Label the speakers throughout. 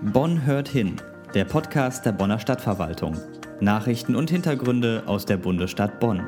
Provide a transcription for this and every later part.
Speaker 1: Bonn hört hin, der Podcast der Bonner Stadtverwaltung. Nachrichten und Hintergründe aus der Bundesstadt Bonn.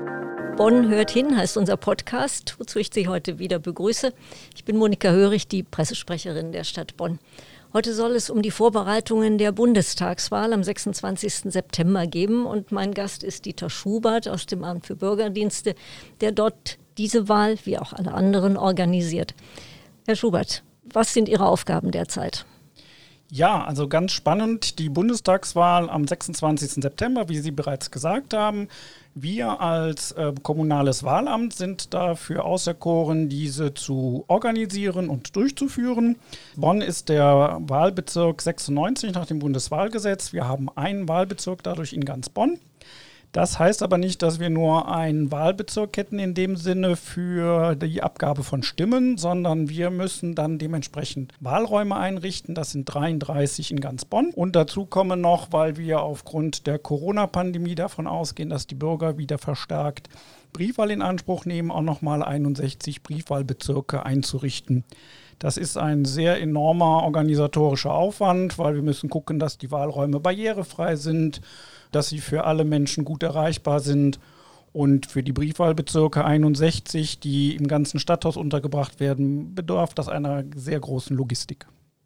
Speaker 2: Bonn hört hin heißt unser Podcast, wozu ich Sie heute wieder begrüße. Ich bin Monika Hörig, die Pressesprecherin der Stadt Bonn. Heute soll es um die Vorbereitungen der Bundestagswahl am 26. September gehen und mein Gast ist Dieter Schubert aus dem Amt für Bürgerdienste, der dort diese Wahl, wie auch alle anderen, organisiert. Herr Schubert, was sind Ihre Aufgaben derzeit?
Speaker 3: Ja, also ganz spannend, die Bundestagswahl am 26. September, wie Sie bereits gesagt haben. Wir als kommunales Wahlamt sind dafür auserkoren, diese zu organisieren und durchzuführen. Bonn ist der Wahlbezirk 96 nach dem Bundeswahlgesetz. Wir haben einen Wahlbezirk dadurch in ganz Bonn. Das heißt aber nicht, dass wir nur einen Wahlbezirk hätten in dem Sinne für die Abgabe von Stimmen, sondern wir müssen dann dementsprechend Wahlräume einrichten. Das sind 33 in ganz Bonn. Und dazu kommen noch, weil wir aufgrund der Corona-Pandemie davon ausgehen, dass die Bürger wieder verstärkt Briefwahl in Anspruch nehmen, auch nochmal 61 Briefwahlbezirke einzurichten. Das ist ein sehr enormer organisatorischer Aufwand, weil wir müssen gucken, dass die Wahlräume barrierefrei sind, dass sie für alle Menschen gut erreichbar sind. Und für die Briefwahlbezirke 61, die im ganzen Stadthaus untergebracht werden, bedarf das einer sehr großen Logistik.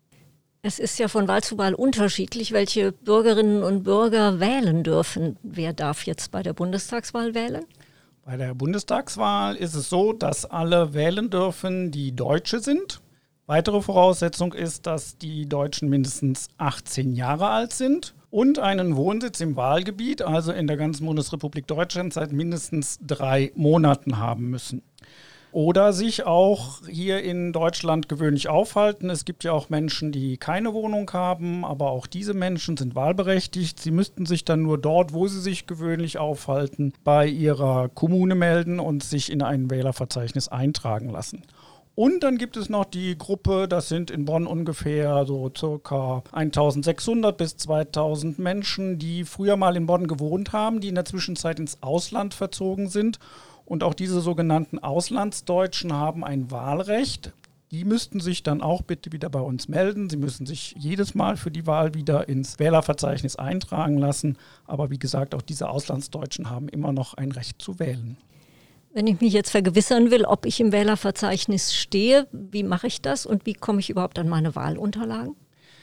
Speaker 2: Es ist ja von Wahl zu Wahl unterschiedlich, welche Bürgerinnen und Bürger wählen dürfen. Wer darf jetzt bei der Bundestagswahl wählen?
Speaker 3: Bei der Bundestagswahl ist es so, dass alle wählen dürfen, die Deutsche sind. Weitere Voraussetzung ist, dass die Deutschen mindestens 18 Jahre alt sind und einen Wohnsitz im Wahlgebiet, also in der ganzen Bundesrepublik Deutschland, seit mindestens 3 Monaten haben müssen. Oder sich auch hier in Deutschland gewöhnlich aufhalten. Es gibt ja auch Menschen, die keine Wohnung haben, aber auch diese Menschen sind wahlberechtigt. Sie müssten sich dann nur dort, wo sie sich gewöhnlich aufhalten, bei ihrer Kommune melden und sich in ein Wählerverzeichnis eintragen lassen. Und dann gibt es noch die Gruppe, das sind in Bonn ungefähr so circa 1600 bis 2000 Menschen, die früher mal in Bonn gewohnt haben, die in der Zwischenzeit ins Ausland verzogen sind. Und auch diese sogenannten Auslandsdeutschen haben ein Wahlrecht. Die müssten sich dann auch bitte wieder bei uns melden. Sie müssen sich jedes Mal für die Wahl wieder ins Wählerverzeichnis eintragen lassen. Aber wie gesagt, auch diese Auslandsdeutschen haben immer noch ein Recht zu wählen.
Speaker 2: Wenn ich mich jetzt vergewissern will, ob ich im Wählerverzeichnis stehe, wie mache ich das und wie komme ich überhaupt an meine Wahlunterlagen?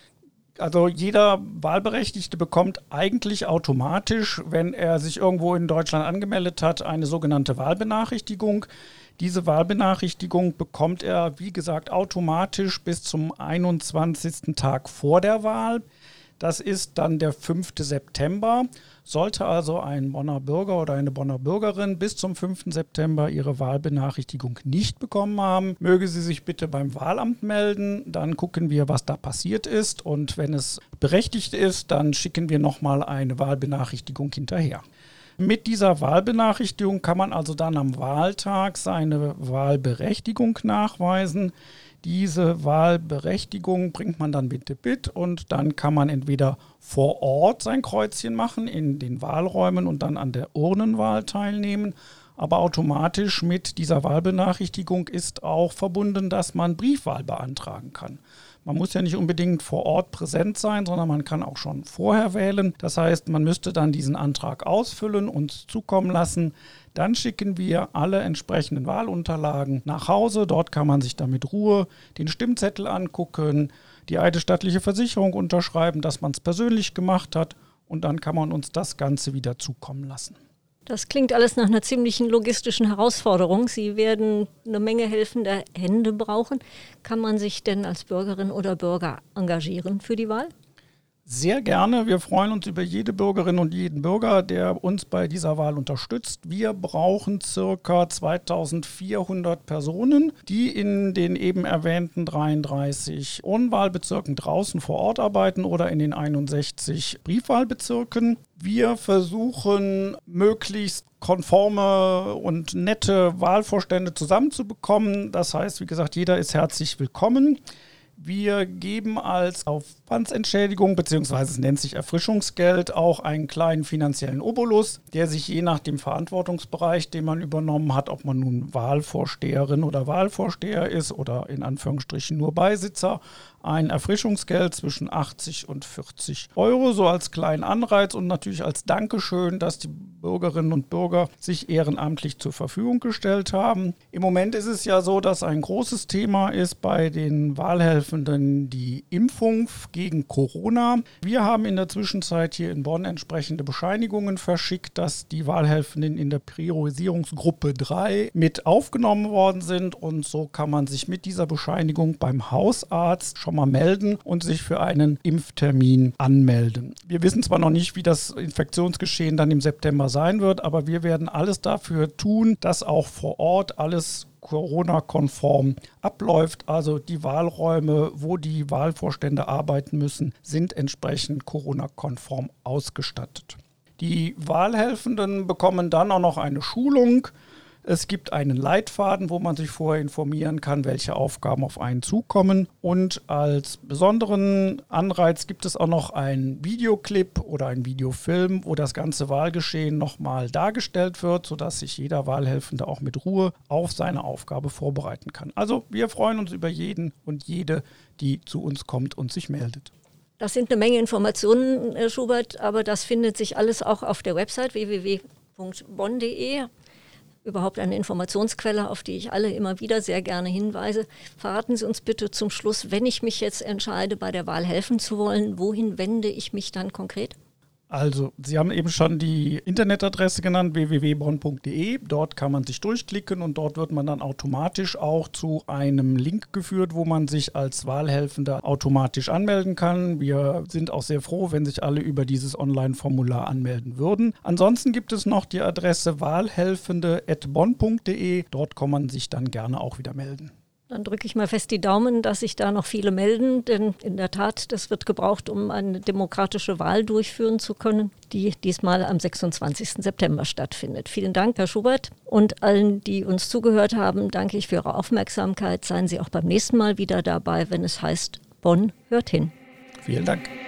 Speaker 3: Also jeder Wahlberechtigte bekommt eigentlich automatisch, wenn er sich irgendwo in Deutschland angemeldet hat, eine sogenannte Wahlbenachrichtigung. Diese Wahlbenachrichtigung bekommt er, wie gesagt, automatisch bis zum 21. Tag vor der Wahl. Das ist dann der 5. September. Sollte also ein Bonner Bürger oder eine Bonner Bürgerin bis zum 5. September ihre Wahlbenachrichtigung nicht bekommen haben, möge sie sich bitte beim Wahlamt melden. Dann gucken wir, was da passiert ist. Und wenn es berechtigt ist, dann schicken wir nochmal eine Wahlbenachrichtigung hinterher. Mit dieser Wahlbenachrichtigung kann man also dann am Wahltag seine Wahlberechtigung nachweisen. Diese Wahlberechtigung bringt man dann mit und dann kann man entweder vor Ort sein Kreuzchen machen in den Wahlräumen und dann an der Urnenwahl teilnehmen. Aber automatisch mit dieser Wahlbenachrichtigung ist auch verbunden, dass man Briefwahl beantragen kann. Man muss ja nicht unbedingt vor Ort präsent sein, sondern man kann auch schon vorher wählen. Das heißt, man müsste dann diesen Antrag ausfüllen, uns zukommen lassen. Dann schicken wir alle entsprechenden Wahlunterlagen nach Hause. Dort kann man sich dann mit Ruhe den Stimmzettel angucken, die eidesstattliche Versicherung unterschreiben, dass man es persönlich gemacht hat. Und dann kann man uns das Ganze wieder zukommen lassen.
Speaker 2: Das klingt alles nach einer ziemlichen logistischen Herausforderung. Sie werden eine Menge helfender Hände brauchen. Kann man sich denn als Bürgerin oder Bürger engagieren für die Wahl?
Speaker 3: Sehr gerne. Wir freuen uns über jede Bürgerin und jeden Bürger, der uns bei dieser Wahl unterstützt. Wir brauchen ca. 2400 Personen, die in den eben erwähnten 33 Urnenwahlbezirken draußen vor Ort arbeiten oder in den 61 Briefwahlbezirken. Wir versuchen, möglichst konforme und nette Wahlvorstände zusammenzubekommen. Das heißt, wie gesagt, jeder ist herzlich willkommen. Wir geben als Aufwandsentschädigung bzw. es nennt sich Erfrischungsgeld auch einen kleinen finanziellen Obolus, der sich je nach dem Verantwortungsbereich, den man übernommen hat, ob man nun Wahlvorsteherin oder Wahlvorsteher ist oder in Anführungsstrichen nur Beisitzer, ein Erfrischungsgeld zwischen 80 und 40 Euro, so als kleinen Anreiz und natürlich als Dankeschön, dass die Bürgerinnen und Bürger sich ehrenamtlich zur Verfügung gestellt haben. Im Moment ist es ja so, dass ein großes Thema ist bei den Wahlhelfenden die Impfung gegen Corona. Wir haben in der Zwischenzeit hier in Bonn entsprechende Bescheinigungen verschickt, dass die Wahlhelfenden in der Priorisierungsgruppe 3 mit aufgenommen worden sind und so kann man sich mit dieser Bescheinigung beim Hausarzt schon mal melden und sich für einen Impftermin anmelden. Wir wissen zwar noch nicht, wie das Infektionsgeschehen dann im September sein wird, aber wir werden alles dafür tun, dass auch vor Ort alles Corona-konform abläuft. Also die Wahlräume, wo die Wahlvorstände arbeiten müssen, sind entsprechend Corona-konform ausgestattet. Die Wahlhelfenden bekommen dann auch noch eine Schulung. Es gibt einen Leitfaden, wo man sich vorher informieren kann, welche Aufgaben auf einen zukommen. Und als besonderen Anreiz gibt es auch noch einen Videoclip oder einen Videofilm, wo das ganze Wahlgeschehen nochmal dargestellt wird, sodass sich jeder Wahlhelfende auch mit Ruhe auf seine Aufgabe vorbereiten kann. Also wir freuen uns über jeden und jede, die zu uns kommt und sich meldet.
Speaker 2: Das sind eine Menge Informationen, Herr Schubert, aber das findet sich alles auch auf der Website www.bonn.de. Überhaupt eine Informationsquelle, auf die ich alle immer wieder sehr gerne hinweise. Verraten Sie uns bitte zum Schluss, wenn ich mich jetzt entscheide, bei der Wahl helfen zu wollen, wohin wende ich mich dann konkret?
Speaker 3: Also, Sie haben eben schon die Internetadresse genannt, www.bonn.de. Dort kann man sich durchklicken und dort wird man dann automatisch auch zu einem Link geführt, wo man sich als Wahlhelfender automatisch anmelden kann. Wir sind auch sehr froh, wenn sich alle über dieses Online-Formular anmelden würden. Ansonsten gibt es noch die Adresse wahlhelfende@bonn.de. Dort kann man sich dann gerne auch wieder melden.
Speaker 2: Dann drücke ich mal fest die Daumen, dass sich da noch viele melden, denn in der Tat, das wird gebraucht, um eine demokratische Wahl durchführen zu können, die diesmal am 26. September stattfindet. Vielen Dank, Herr Schubert, und allen, die uns zugehört haben, danke ich für Ihre Aufmerksamkeit. Seien Sie auch beim nächsten Mal wieder dabei, wenn es heißt, Bonn hört hin.
Speaker 3: Vielen Dank.